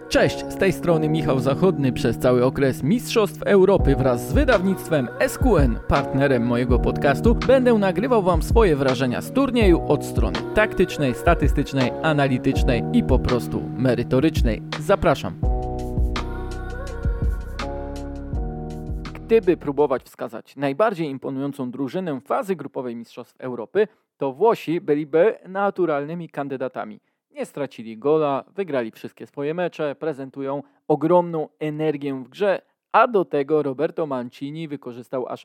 Cześć, z tej strony Michał Zachodny. Przez cały okres Mistrzostw Europy wraz z wydawnictwem SQN, partnerem mojego podcastu, będę nagrywał Wam swoje wrażenia z turnieju od strony taktycznej, statystycznej, analitycznej i po prostu merytorycznej. Zapraszam. Gdyby próbować wskazać najbardziej imponującą drużynę fazy grupowej Mistrzostw Europy, to Włosi byliby naturalnymi kandydatami. Nie stracili gola, wygrali wszystkie swoje mecze, prezentują ogromną energię w grze, a do tego Roberto Mancini wykorzystał aż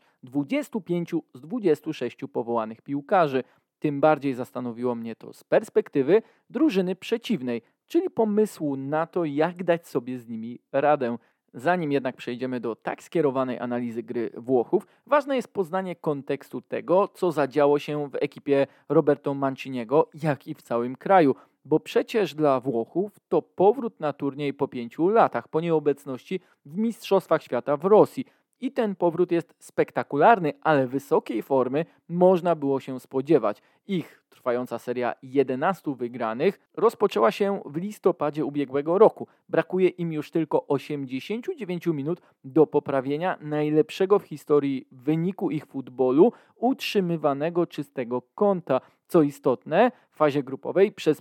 25 z 26 powołanych piłkarzy. Tym bardziej zastanowiło mnie to z perspektywy drużyny przeciwnej, czyli pomysłu na to, jak dać sobie z nimi radę. Zanim jednak przejdziemy do tak skierowanej analizy gry Włochów, ważne jest poznanie kontekstu tego, co zadziało się w ekipie Roberto Manciniego, jak i w całym kraju. Bo przecież dla Włochów to powrót na turniej po 5 latach, po nieobecności w Mistrzostwach Świata w Rosji. I ten powrót jest spektakularny, ale wysokiej formy można było się spodziewać. Ich trwająca seria 11 wygranych rozpoczęła się w listopadzie ubiegłego roku. Brakuje im już tylko 89 minut do poprawienia najlepszego w historii wyniku ich futbolu, utrzymywanego czystego konta. Co istotne, w fazie grupowej przez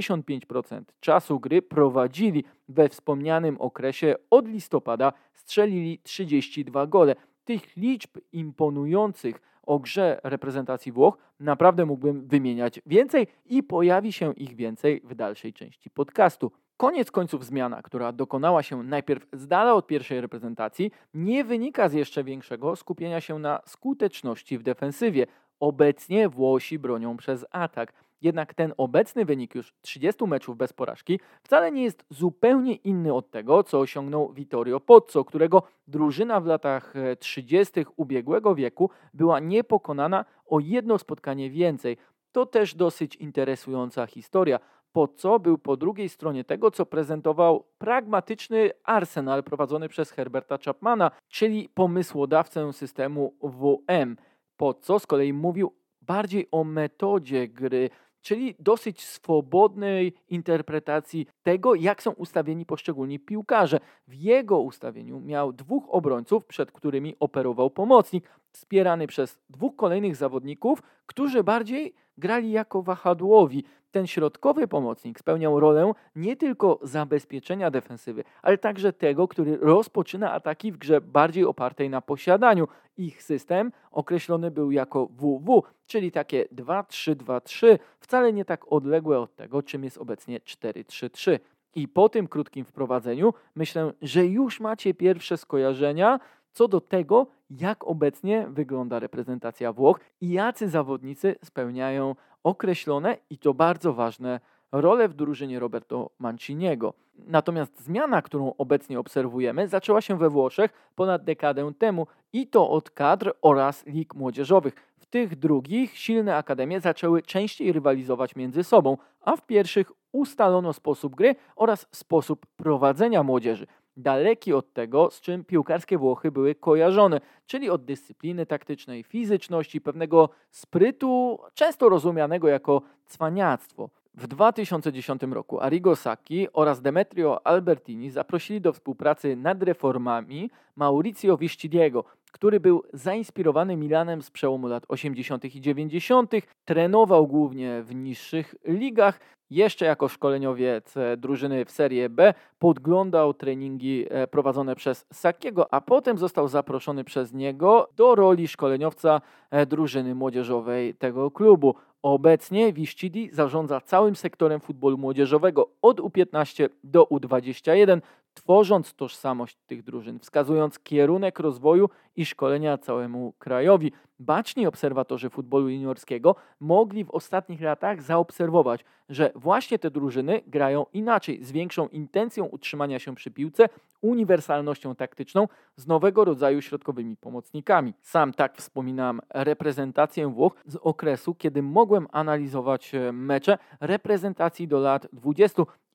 55% czasu gry prowadzili. We wspomnianym okresie od listopada strzelili 32 gole. Tych liczb imponujących o grze reprezentacji Włoch naprawdę mógłbym wymieniać więcej i pojawi się ich więcej w dalszej części podcastu. Koniec końców zmiana, która dokonała się najpierw z dala od pierwszej reprezentacji, nie wynika z jeszcze większego skupienia się na skuteczności w defensywie. Obecnie Włosi bronią przez atak. Jednak ten obecny wynik już 30 meczów bez porażki wcale nie jest zupełnie inny od tego, co osiągnął Vittorio Pozzo, którego drużyna w latach 30. ubiegłego wieku była niepokonana o jedno spotkanie więcej. To też dosyć interesująca historia. Pozzo był po drugiej stronie tego, co prezentował pragmatyczny Arsenal prowadzony przez Herberta Chapmana, czyli pomysłodawcę systemu WM. Pozzo z kolei mówił bardziej o metodzie gry, czyli dosyć swobodnej interpretacji tego, jak są ustawieni poszczególni piłkarze. W jego ustawieniu miał dwóch obrońców, przed którymi operował pomocnik, wspierany przez dwóch kolejnych zawodników, którzy bardziej grali jako wahadłowi. Ten środkowy pomocnik spełniał rolę nie tylko zabezpieczenia defensywy, ale także tego, który rozpoczyna ataki w grze bardziej opartej na posiadaniu. Ich system określony był jako WW, czyli takie 2-3-2-3, wcale nie tak odległe od tego, czym jest obecnie 4-3-3. I po tym krótkim wprowadzeniu myślę, że już macie pierwsze skojarzenia co do tego, jak obecnie wygląda reprezentacja Włoch i jacy zawodnicy spełniają określone i to bardzo ważne role w drużynie Roberto Manciniego. Natomiast zmiana, którą obecnie obserwujemy, zaczęła się we Włoszech ponad dekadę temu i to od kadr oraz lig młodzieżowych. W tych drugich silne akademie zaczęły częściej rywalizować między sobą, a w pierwszych ustalono sposób gry oraz sposób prowadzenia młodzieży. Daleki od tego, z czym piłkarskie Włochy były kojarzone, czyli od dyscypliny taktycznej, fizyczności, pewnego sprytu, często rozumianego jako cwaniactwo. W 2010 roku Arrigo Sacchi oraz Demetrio Albertini zaprosili do współpracy nad reformami Maurizio Vistidiego, który był zainspirowany Milanem z przełomu lat 80. i 90., trenował głównie w niższych ligach, jeszcze jako szkoleniowiec drużyny w Serie B podglądał treningi prowadzone przez Sacchiego, a potem został zaproszony przez niego do roli szkoleniowca drużyny młodzieżowej tego klubu. Obecnie Vistidi zarządza całym sektorem futbolu młodzieżowego od U15 do U21, tworząc tożsamość tych drużyn, wskazując kierunek rozwoju i szkolenia całemu krajowi. Baczni obserwatorzy futbolu juniorskiego mogli w ostatnich latach zaobserwować, że właśnie te drużyny grają inaczej, z większą intencją utrzymania się przy piłce, uniwersalnością taktyczną, z nowego rodzaju środkowymi pomocnikami. Sam tak wspominam reprezentację Włoch z okresu, kiedy mogłem analizować mecze reprezentacji do lat 20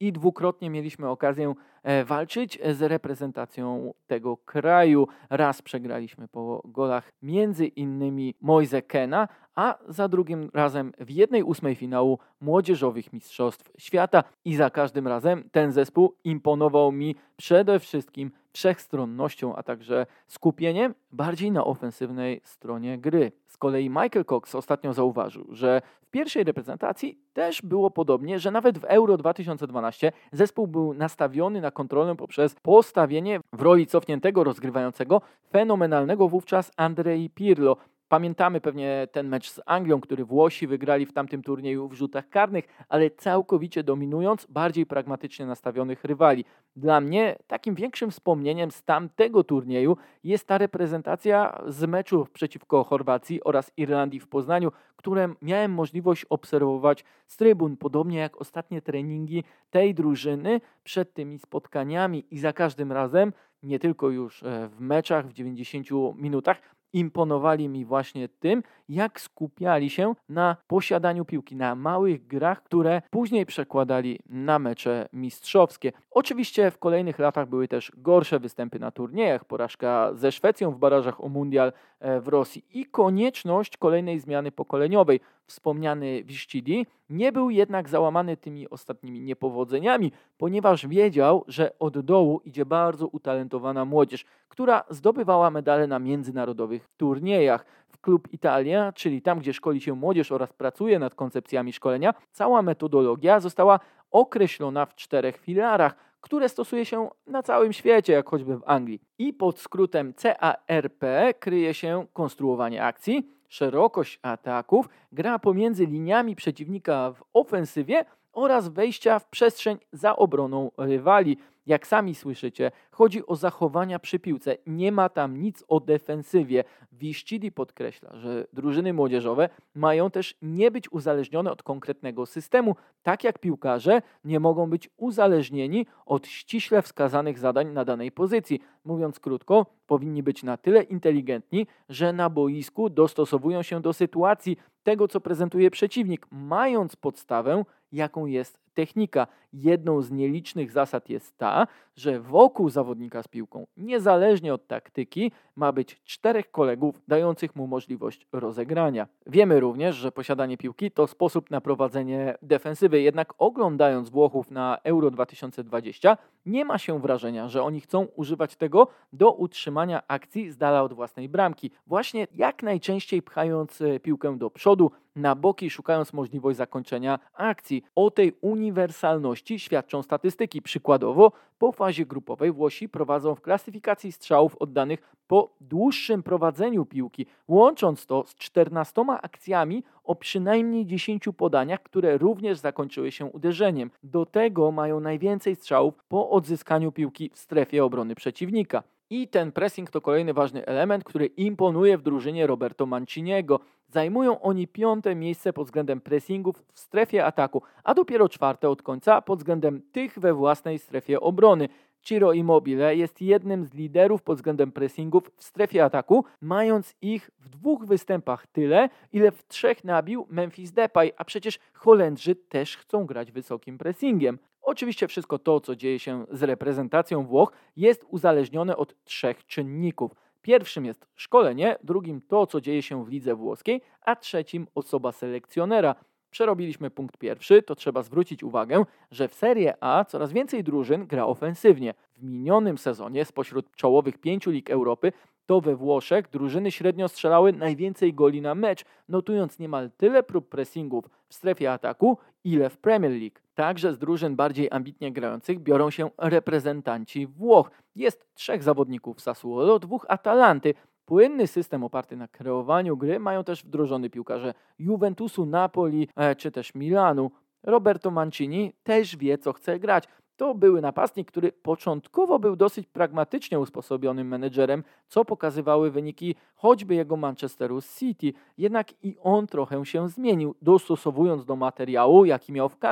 i dwukrotnie mieliśmy okazję walczyć z reprezentacją tego kraju. Raz przegraliśmy po golach między innymi Moise Keana, a za drugim razem w 1/8 finału młodzieżowych mistrzostw świata i za każdym razem ten zespół imponował mi przede wszystkim wszechstronnością, a także skupieniem bardziej na ofensywnej stronie gry. Z kolei Michael Cox ostatnio zauważył, że w pierwszej reprezentacji też było podobnie, że nawet w Euro 2012 zespół był nastawiony na kontrolę poprzez postawienie w roli cofniętego rozgrywającego fenomenalnego wówczas Andrei Pirlo. Pamiętamy pewnie ten mecz z Anglią, który Włosi wygrali w tamtym turnieju w rzutach karnych, ale całkowicie dominując bardziej pragmatycznie nastawionych rywali. Dla mnie takim większym wspomnieniem z tamtego turnieju jest ta reprezentacja z meczów przeciwko Chorwacji oraz Irlandii w Poznaniu, które miałem możliwość obserwować z trybun, podobnie jak ostatnie treningi tej drużyny przed tymi spotkaniami i za każdym razem, nie tylko już w meczach w 90 minutach, imponowali mi właśnie tym, jak skupiali się na posiadaniu piłki, na małych grach, które później przekładali na mecze mistrzowskie. Oczywiście w kolejnych latach były też gorsze występy na turniejach, porażka ze Szwecją w barażach o mundial w Rosji i konieczność kolejnej zmiany pokoleniowej. Wspomniany Wiszcidi nie był jednak załamany tymi ostatnimi niepowodzeniami, ponieważ wiedział, że od dołu idzie bardzo utalentowana młodzież, która zdobywała medale na międzynarodowych turniejach. W Klub Italia, czyli tam, gdzie szkoli się młodzież oraz pracuje nad koncepcjami szkolenia, cała metodologia została określona w 4 filarach, które stosuje się na całym świecie, jak choćby w Anglii. I pod skrótem CARP kryje się konstruowanie akcji, szerokość ataków, gra pomiędzy liniami przeciwnika w ofensywie oraz wejścia w przestrzeń za obroną rywali. Jak sami słyszycie, chodzi o zachowania przy piłce. Nie ma tam nic o defensywie. Wiszcidi podkreśla, że drużyny młodzieżowe mają też nie być uzależnione od konkretnego systemu, tak jak piłkarze nie mogą być uzależnieni od ściśle wskazanych zadań na danej pozycji. Mówiąc krótko, powinni być na tyle inteligentni, że na boisku dostosowują się do sytuacji tego, co prezentuje przeciwnik, mając podstawę, jaką jest technika. Jedną z nielicznych zasad jest ta, że wokół zawodnika z piłką, niezależnie od taktyki, ma być 4 kolegów dających mu możliwość rozegrania. Wiemy również, że posiadanie piłki to sposób na prowadzenie defensywy, jednak oglądając Włochów na Euro 2020 nie ma się wrażenia, że oni chcą używać tego do utrzymania akcji z dala od własnej bramki. Właśnie jak najczęściej pchając piłkę do przodu, na boki, szukając możliwości zakończenia akcji. O tej uniwersalności świadczą statystyki. Przykładowo po fazie grupowej Włosi prowadzą w klasyfikacji strzałów oddanych po dłuższym prowadzeniu piłki, łącząc to z 14 akcjami o przynajmniej 10 podaniach, które również zakończyły się uderzeniem. Do tego mają najwięcej strzałów po odzyskaniu piłki w strefie obrony przeciwnika. I ten pressing to kolejny ważny element, który imponuje w drużynie Roberto Manciniego. Zajmują oni 5. miejsce pod względem pressingów w strefie ataku, a dopiero 4. od końca pod względem tych we własnej strefie obrony. Ciro Immobile jest jednym z liderów pod względem pressingów w strefie ataku, mając ich w 2 występach tyle, ile w 3 nabił Memphis Depay, a przecież Holendrzy też chcą grać wysokim pressingiem. Oczywiście wszystko to, co dzieje się z reprezentacją Włoch, jest uzależnione od 3 czynników. Pierwszym jest szkolenie, drugim to, co dzieje się w lidze włoskiej, a trzecim osoba selekcjonera. Przerobiliśmy punkt pierwszy, to trzeba zwrócić uwagę, że w Serie A coraz więcej drużyn gra ofensywnie. W minionym sezonie spośród czołowych 5 lig Europy to we Włoszech drużyny średnio strzelały najwięcej goli na mecz, notując niemal tyle prób pressingów w strefie ataku, ile w Premier League. Także z drużyn bardziej ambitnie grających biorą się reprezentanci Włoch. Jest 3 zawodników Sassuolo, 2 Atalanty. Płynny system oparty na kreowaniu gry mają też wdrożony piłkarze Juventusu, Napoli czy też Milanu. Roberto Mancini też wie, co chce grać. To były napastnik, który początkowo był dosyć pragmatycznie usposobionym menedżerem, co pokazywały wyniki choćby jego Manchesteru City. Jednak i on trochę się zmienił, dostosowując do materiału, jaki miał w kadrze.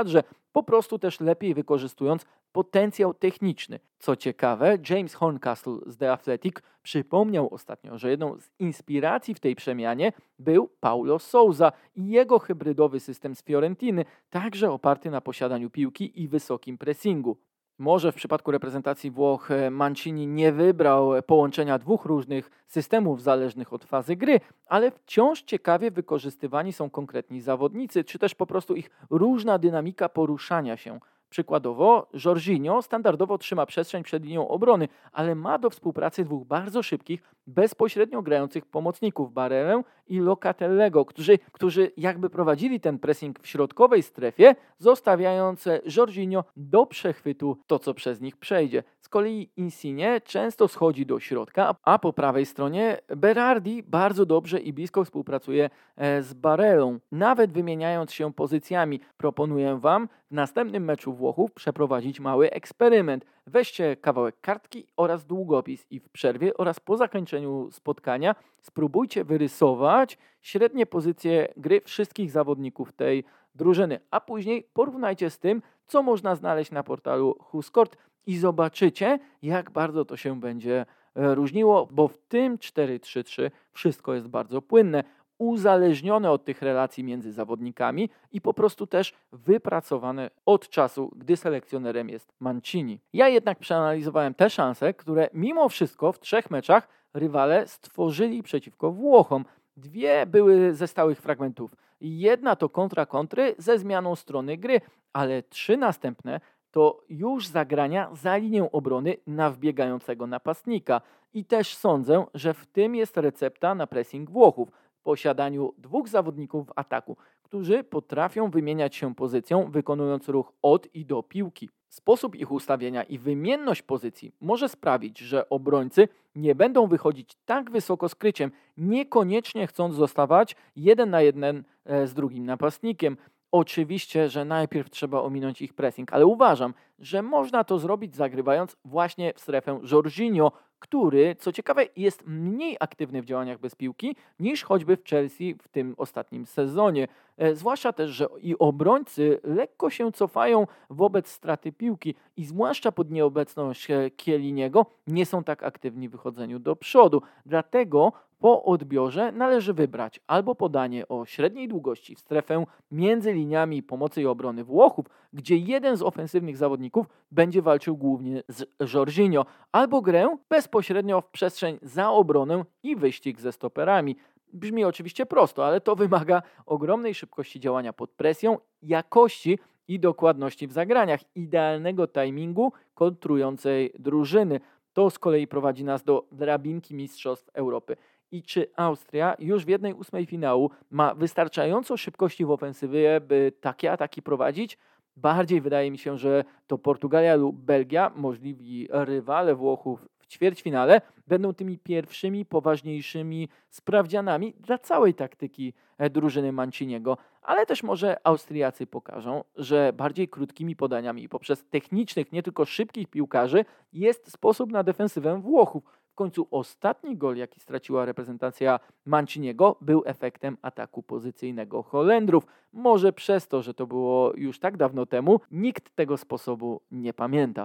po prostu też lepiej wykorzystując potencjał techniczny. Co ciekawe, James Horncastle z The Athletic przypomniał ostatnio, że jedną z inspiracji w tej przemianie był Paulo Sousa i jego hybrydowy system z Fiorentiny, także oparty na posiadaniu piłki i wysokim pressingu. Może w przypadku reprezentacji Włoch Mancini nie wybrał połączenia dwóch różnych systemów zależnych od fazy gry, ale wciąż ciekawie wykorzystywani są konkretni zawodnicy, czy też po prostu ich różna dynamika poruszania się. Przykładowo, Jorginho standardowo trzyma przestrzeń przed linią obrony, ale ma do współpracy dwóch bardzo szybkich, bezpośrednio grających pomocników, Barellę i Locatellego, którzy jakby prowadzili ten pressing w środkowej strefie, zostawiając Jorginho do przechwytu to, co przez nich przejdzie. Z kolei Insigne często schodzi do środka, a po prawej stronie Berardi bardzo dobrze i blisko współpracuje z Barellą. Nawet wymieniając się pozycjami, proponuję Wam w następnym meczu Włochów przeprowadzić mały eksperyment. Weźcie kawałek kartki oraz długopis i w przerwie oraz po zakończeniu spotkania spróbujcie wyrysować średnie pozycje gry wszystkich zawodników tej drużyny, a później porównajcie z tym, co można znaleźć na portalu WhoScored i zobaczycie, jak bardzo to się będzie różniło, bo w tym 4-3-3 wszystko jest bardzo płynne, uzależnione od tych relacji między zawodnikami i po prostu też wypracowane od czasu, gdy selekcjonerem jest Mancini. Ja jednak przeanalizowałem te szanse, które mimo wszystko w 3 meczach rywale stworzyli przeciwko Włochom. 2 były ze stałych fragmentów. Jedna to kontra-kontry ze zmianą strony gry, ale 3 następne to już zagrania za linią obrony na wbiegającego napastnika. I też sądzę, że w tym jest recepta na pressing Włochów. W posiadaniu 2 zawodników w ataku, którzy potrafią wymieniać się pozycją, wykonując ruch od i do piłki. Sposób ich ustawienia i wymienność pozycji może sprawić, że obrońcy nie będą wychodzić tak wysoko z kryciem, niekoniecznie chcąc zostawać 1 na 1 z drugim napastnikiem. Oczywiście, że najpierw trzeba ominąć ich pressing, ale uważam, że można to zrobić zagrywając właśnie w strefę Jorginho, który, co ciekawe, jest mniej aktywny w działaniach bez piłki niż choćby w Chelsea w tym ostatnim sezonie. Zwłaszcza też, że i obrońcy lekko się cofają wobec straty piłki i zwłaszcza pod nieobecność Chielliniego nie są tak aktywni w wychodzeniu do przodu. Dlatego po odbiorze należy wybrać albo podanie o średniej długości w strefę między liniami pomocy i obrony Włochów, gdzie jeden z ofensywnych zawodników będzie walczył głównie z Jorginho, albo grę bezpośrednio w przestrzeń za obronę i wyścig ze stoperami. Brzmi oczywiście prosto, ale to wymaga ogromnej szybkości działania pod presją, jakości i dokładności w zagraniach, idealnego timingu kontrującej drużyny. To z kolei prowadzi nas do drabinki Mistrzostw Europy. I czy Austria już w 1/8 finału ma wystarczająco szybkości w ofensywie, by takie ataki prowadzić? Bardziej wydaje mi się, że to Portugalia lub Belgia, możliwi rywale Włochów w ćwierćfinale, będą tymi pierwszymi, poważniejszymi sprawdzianami dla całej taktyki drużyny Manciniego. Ale też może Austriacy pokażą, że bardziej krótkimi podaniami i poprzez technicznych, nie tylko szybkich piłkarzy jest sposób na defensywę Włochów. W końcu ostatni gol, jaki straciła reprezentacja Manciniego, był efektem ataku pozycyjnego Holendrów. Może przez to, że to było już tak dawno temu, nikt tego sposobu nie pamięta.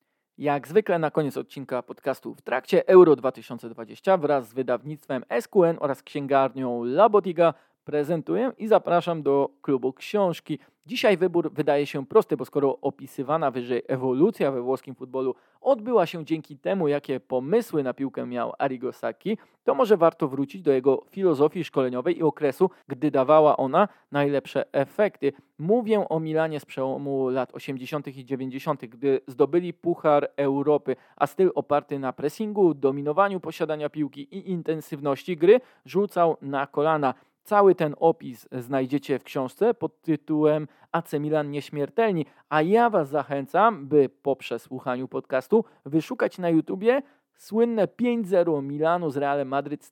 Jak zwykle na koniec odcinka podcastu w trakcie Euro 2020 wraz z wydawnictwem SQN oraz księgarnią La Botiga prezentuję i zapraszam do klubu książki. Dzisiaj wybór wydaje się prosty, bo skoro opisywana wyżej ewolucja we włoskim futbolu odbyła się dzięki temu, jakie pomysły na piłkę miał Arrigo Sacchi, to może warto wrócić do jego filozofii szkoleniowej i okresu, gdy dawała ona najlepsze efekty. Mówię o Milanie z przełomu lat 80. i 90., gdy zdobyli Puchar Europy, a styl oparty na pressingu, dominowaniu posiadania piłki i intensywności gry rzucał na kolana. Cały ten opis znajdziecie w książce pod tytułem AC Milan Nieśmiertelni, a ja Was zachęcam, by po przesłuchaniu podcastu wyszukać na YouTubie słynne 5-0 Milanu z Realem Madryt z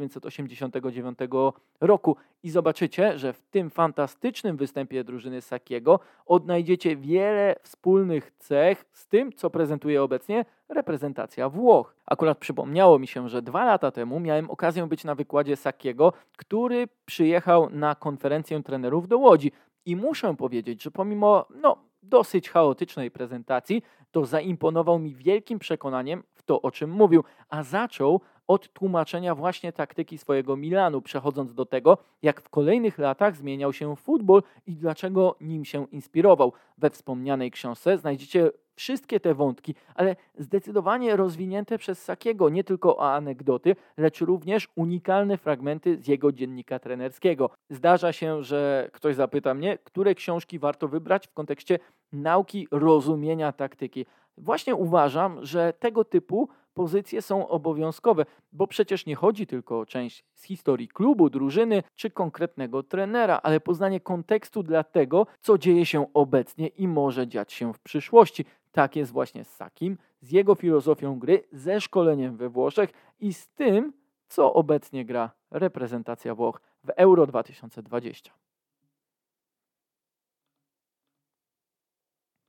1989 roku i zobaczycie, że w tym fantastycznym występie drużyny Sacchiego odnajdziecie wiele wspólnych cech z tym, co prezentuje obecnie reprezentacja Włoch. Akurat przypomniało mi się, że 2 lata temu miałem okazję być na wykładzie Sacchiego, który przyjechał na konferencję trenerów do Łodzi. I muszę powiedzieć, że pomimo dosyć chaotycznej prezentacji, to zaimponował mi wielkim przekonaniem w to, o czym mówił, a zaczął od tłumaczenia właśnie taktyki swojego Milanu, przechodząc do tego, jak w kolejnych latach zmieniał się futbol i dlaczego nim się inspirował. We wspomnianej książce znajdziecie wszystkie te wątki, ale zdecydowanie rozwinięte przez Sakiego, nie tylko anegdoty, lecz również unikalne fragmenty z jego dziennika trenerskiego. Zdarza się, że ktoś zapyta mnie, które książki warto wybrać w kontekście nauki rozumienia taktyki. Właśnie uważam, że tego typu pozycje są obowiązkowe, bo przecież nie chodzi tylko o część z historii klubu, drużyny czy konkretnego trenera, ale poznanie kontekstu dla tego, co dzieje się obecnie i może dziać się w przyszłości. Tak jest właśnie z Sakim, z jego filozofią gry, ze szkoleniem we Włoszech i z tym, co obecnie gra reprezentacja Włoch w Euro 2020.